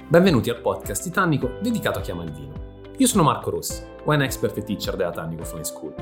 Benvenuti al podcast di Tannico dedicato a chi ama il vino. Io sono Marco Rossi, wine expert e teacher della Tannico Fine School.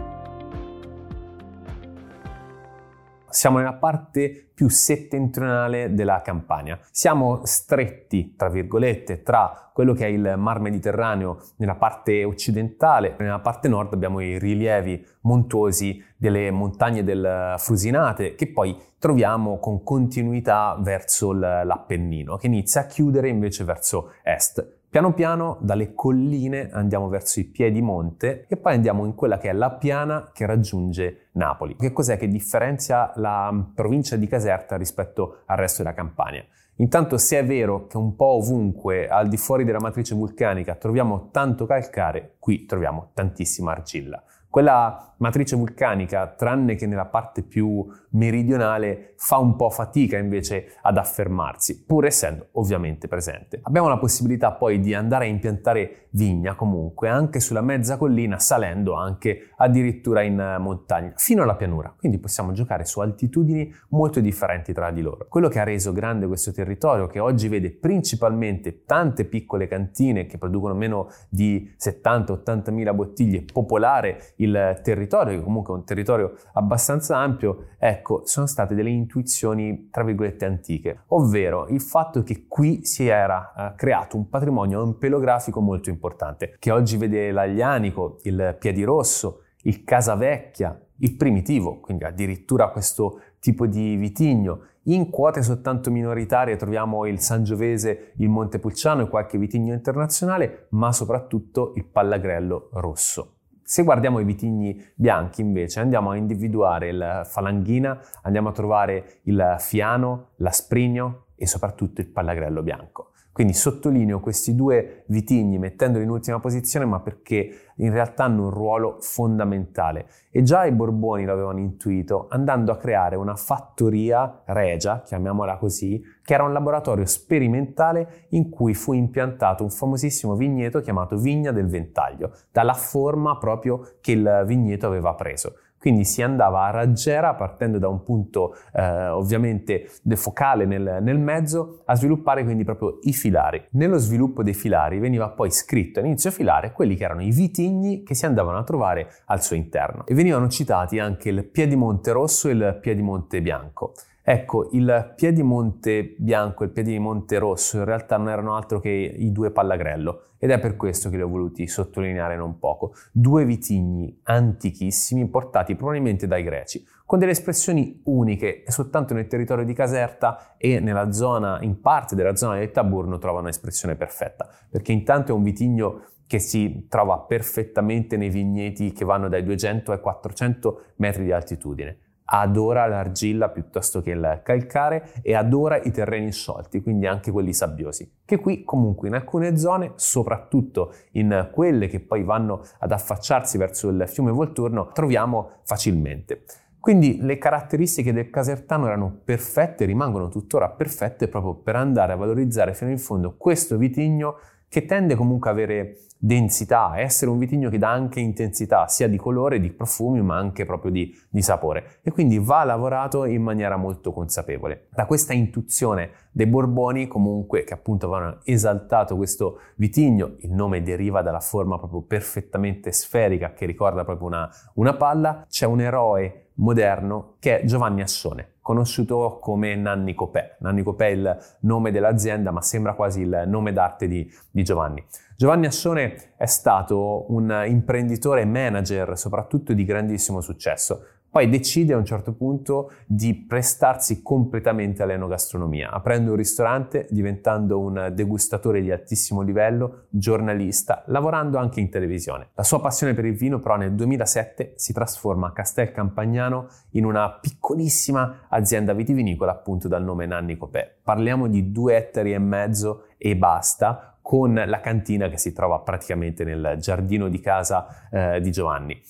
Siamo nella parte più settentrionale della Campania. Siamo stretti, tra virgolette, tra quello che è il Mar Mediterraneo nella parte occidentale. Nella parte nord abbiamo i rilievi montuosi delle montagne del Frusinate, che poi troviamo con continuità verso l'Appennino, che inizia a chiudere invece verso est. Piano piano dalle colline andiamo verso i piedimonte e poi andiamo in quella che è la piana che raggiunge Napoli. Che cos'è che differenzia la provincia di Caserta rispetto al resto della Campania? Intanto, se è vero che un po' ovunque al di fuori della matrice vulcanica troviamo tanto calcare, qui troviamo tantissima argilla. Quella matrice vulcanica, tranne che nella parte più meridionale, fa un po' fatica invece ad affermarsi, pur essendo ovviamente presente. Abbiamo la possibilità poi di andare a impiantare vigna comunque anche sulla mezza collina, salendo anche addirittura in montagna, fino alla pianura. Quindi possiamo giocare su altitudini molto differenti tra di loro. Quello che ha reso grande questo territorio, che oggi vede principalmente tante piccole cantine che producono meno di 70-80 mila bottiglie, popolare il territorio, che comunque è un territorio abbastanza ampio, ecco, sono state delle intuizioni tra virgolette antiche, ovvero il fatto che qui si era creato un patrimonio ampelografico molto importante, che oggi vede l'Aglianico, il Piedirosso, il Casavecchia, il Primitivo, quindi addirittura questo tipo di vitigno. In quote soltanto minoritarie troviamo il Sangiovese, il Montepulciano e qualche vitigno internazionale, ma soprattutto il Pallagrello rosso. Se guardiamo i vitigni bianchi invece andiamo a individuare il Falanghina, andiamo a trovare il Fiano, l'Asprigno e soprattutto il Pallagrello bianco. Quindi sottolineo questi due vitigni mettendoli in ultima posizione, ma perché in realtà hanno un ruolo fondamentale e già i Borboni lo avevano intuito andando a creare una fattoria regia, chiamiamola così, che era un laboratorio sperimentale in cui fu impiantato un famosissimo vigneto chiamato Vigna del Ventaglio, dalla forma proprio che il vigneto aveva preso. Quindi si andava a raggiera, partendo da un punto ovviamente focale nel mezzo, a sviluppare quindi proprio i filari. Nello sviluppo dei filari veniva poi scritto a inizio filare quelli che erano i vitigni che si andavano a trovare al suo interno. E venivano citati anche il Piedimonte rosso e il Piedimonte bianco. Ecco, il Piedimonte bianco e il Piedimonte rosso in realtà non erano altro che i due Pallagrello ed è per questo che li ho voluti sottolineare non poco. Due vitigni antichissimi portati probabilmente dai greci, con delle espressioni uniche e soltanto nel territorio di Caserta e nella zona, in parte della zona del Taburno, trovano un'espressione perfetta, perché intanto è un vitigno che si trova perfettamente nei vigneti che vanno dai 200 ai 400 metri di altitudine. Adora l'argilla piuttosto che il calcare e adora i terreni sciolti, quindi anche quelli sabbiosi, che qui comunque in alcune zone, soprattutto in quelle che poi vanno ad affacciarsi verso il fiume Volturno, troviamo facilmente. Quindi le caratteristiche del casertano erano perfette, rimangono tuttora perfette proprio per andare a valorizzare fino in fondo questo vitigno che tende comunque a avere densità, a essere un vitigno che dà anche intensità, sia di colore, di profumi, ma anche proprio di sapore. E quindi va lavorato in maniera molto consapevole. Da questa intuizione dei Borboni, comunque, che appunto avevano esaltato questo vitigno, il nome deriva dalla forma proprio perfettamente sferica, che ricorda proprio una palla, c'è un eroe moderno che è Giovanni Assone, conosciuto come Nanni Copè. Nanni Copè è il nome dell'azienda, ma sembra quasi il nome d'arte di Giovanni. Giovanni Assone è stato un imprenditore e manager, soprattutto di grandissimo successo. Poi decide a un certo punto di prestarsi completamente all'enogastronomia, aprendo un ristorante, diventando un degustatore di altissimo livello, giornalista, lavorando anche in televisione. La sua passione per il vino però nel 2007 si trasforma a Castel Campagnano in una piccolissima azienda vitivinicola appunto dal nome Nanni Copè. Parliamo di 2,5 ettari e basta, con la cantina che si trova praticamente nel giardino di casa di Giovanni.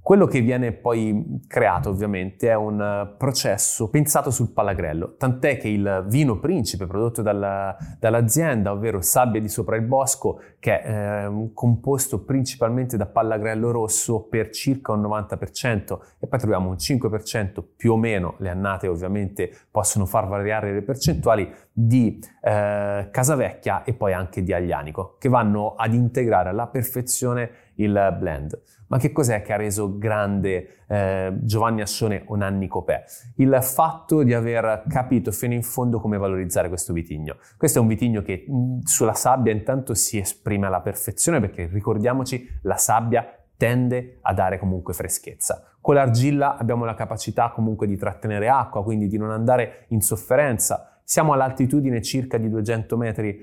Quello che viene poi creato ovviamente è un processo pensato sul pallagrello, tant'è che il vino principe prodotto dall'azienda, ovvero Sabbia di Sopra il Bosco, che è composto principalmente da pallagrello rosso per circa un 90%, e poi troviamo un 5% più o meno, le annate ovviamente possono far variare le percentuali, di Casavecchia e poi anche di Aglianico, che vanno ad integrare alla perfezione il blend. Ma che cos'è che ha reso grande Giovanni Assone o Nanni Copè? Il fatto di aver capito fino in fondo come valorizzare questo vitigno. Questo è un vitigno che sulla sabbia intanto si esprime alla perfezione, perché ricordiamoci, la sabbia tende a dare comunque freschezza. Con l'argilla abbiamo la capacità comunque di trattenere acqua, quindi di non andare in sofferenza. Siamo all'altitudine circa di 200 metri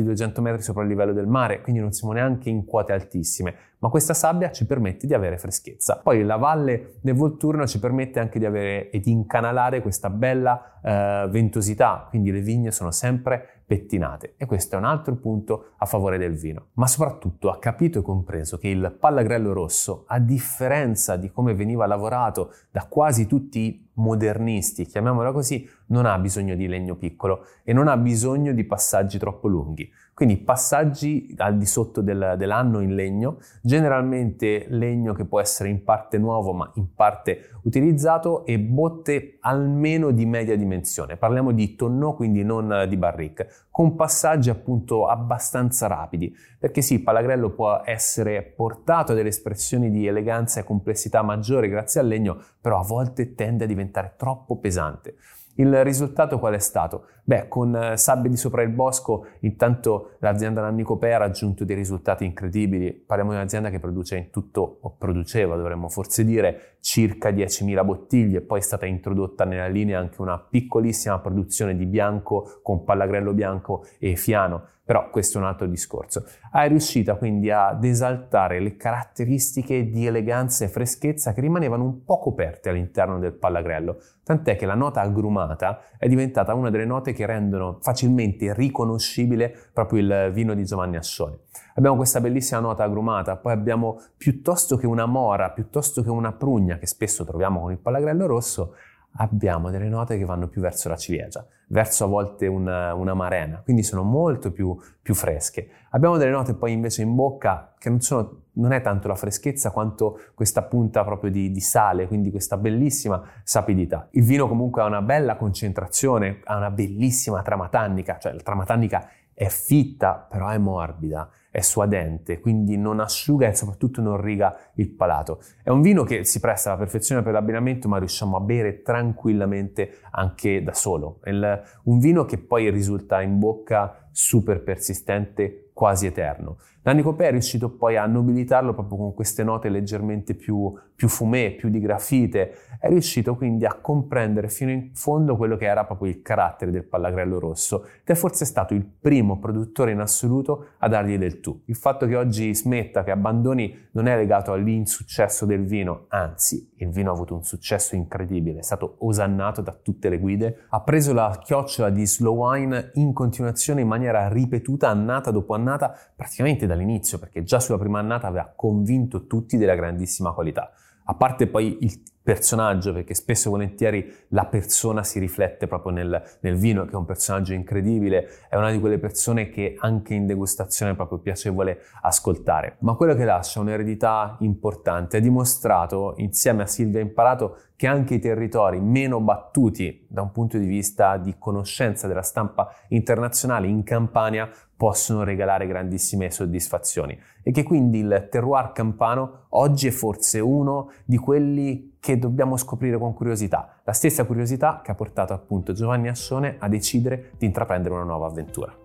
sopra il livello del mare, quindi non siamo neanche in quote altissime, ma questa sabbia ci permette di avere freschezza. Poi la valle del Volturno ci permette anche di avere e di incanalare questa bella ventosità, quindi le vigne sono sempre pettinate, e questo è un altro punto a favore del vino. Ma soprattutto ha capito e compreso che il pallagrello rosso, a differenza di come veniva lavorato da quasi tutti i modernisti, chiamiamola così, non ha bisogno di legno piccolo e non ha bisogno di passaggi troppo lunghi. Quindi passaggi al di sotto dell'anno in legno, generalmente legno che può essere in parte nuovo ma in parte utilizzato, e botte almeno di media dimensione. Parliamo di tonneau, quindi non di barrique, con passaggi appunto abbastanza rapidi, perché sì, il pallagrello può essere portato a delle espressioni di eleganza e complessità maggiori grazie al legno, però a volte tende a diventare troppo pesante. Il risultato qual è stato? Beh, con Sabbia di Sopra il Bosco, intanto l'azienda Nanni Copè ha raggiunto dei risultati incredibili. Parliamo di un'azienda che produce in tutto, o produceva, dovremmo forse dire, circa 10.000 bottiglie. Poi è stata introdotta nella linea anche una piccolissima produzione di bianco con pallagrello bianco e fiano. Però questo è un altro discorso. È riuscita quindi ad esaltare le caratteristiche di eleganza e freschezza che rimanevano un po' coperte all'interno del pallagrello, tant'è che la nota agrumata è diventata una delle note che rendono facilmente riconoscibile proprio il vino di Giovanni Assone. Abbiamo questa bellissima nota agrumata, poi abbiamo, piuttosto che una mora, piuttosto che una prugna che spesso troviamo con il pallagrello rosso, abbiamo delle note che vanno più verso la ciliegia, verso a volte una marena, quindi sono molto più fresche. Abbiamo delle note poi invece in bocca che non è tanto la freschezza quanto questa punta proprio di sale, quindi questa bellissima sapidità. Il vino comunque ha una bella concentrazione, ha una bellissima trama tannica, cioè la trama tannica è fitta, però è morbida, è suadente, quindi non asciuga e soprattutto non riga il palato. È un vino che si presta alla perfezione per l'abbinamento, ma riusciamo a bere tranquillamente anche da solo. Un vino che poi risulta in bocca super persistente, quasi eterno. Nanni Copè è riuscito poi a nobilitarlo proprio con queste note leggermente più fumé, più di grafite. È riuscito quindi a comprendere fino in fondo quello che era proprio il carattere del pallagrello rosso, ed è forse stato il primo produttore in assoluto a dargli del tu. Il fatto che oggi smetta, che abbandoni, non è legato all'insuccesso del vino, anzi, il vino ha avuto un successo incredibile, è stato osannato da tutte le guide, ha preso la chiocciola di slow wine in continuazione in maniera ripetuta, annata dopo annata, praticamente dall'inizio, perché già sulla prima annata aveva convinto tutti della grandissima qualità. A parte poi il personaggio, perché spesso e volentieri la persona si riflette proprio nel vino, che è un personaggio incredibile, è una di quelle persone che anche in degustazione è proprio piacevole ascoltare. Ma quello che lascia un'eredità importante, ha dimostrato insieme a Silvia Imparato che anche i territori meno battuti da un punto di vista di conoscenza della stampa internazionale in Campania possono regalare grandissime soddisfazioni, e che quindi il terroir campano oggi è forse uno di quelli che dobbiamo scoprire con curiosità, la stessa curiosità che ha portato appunto Giovanni Assone a decidere di intraprendere una nuova avventura.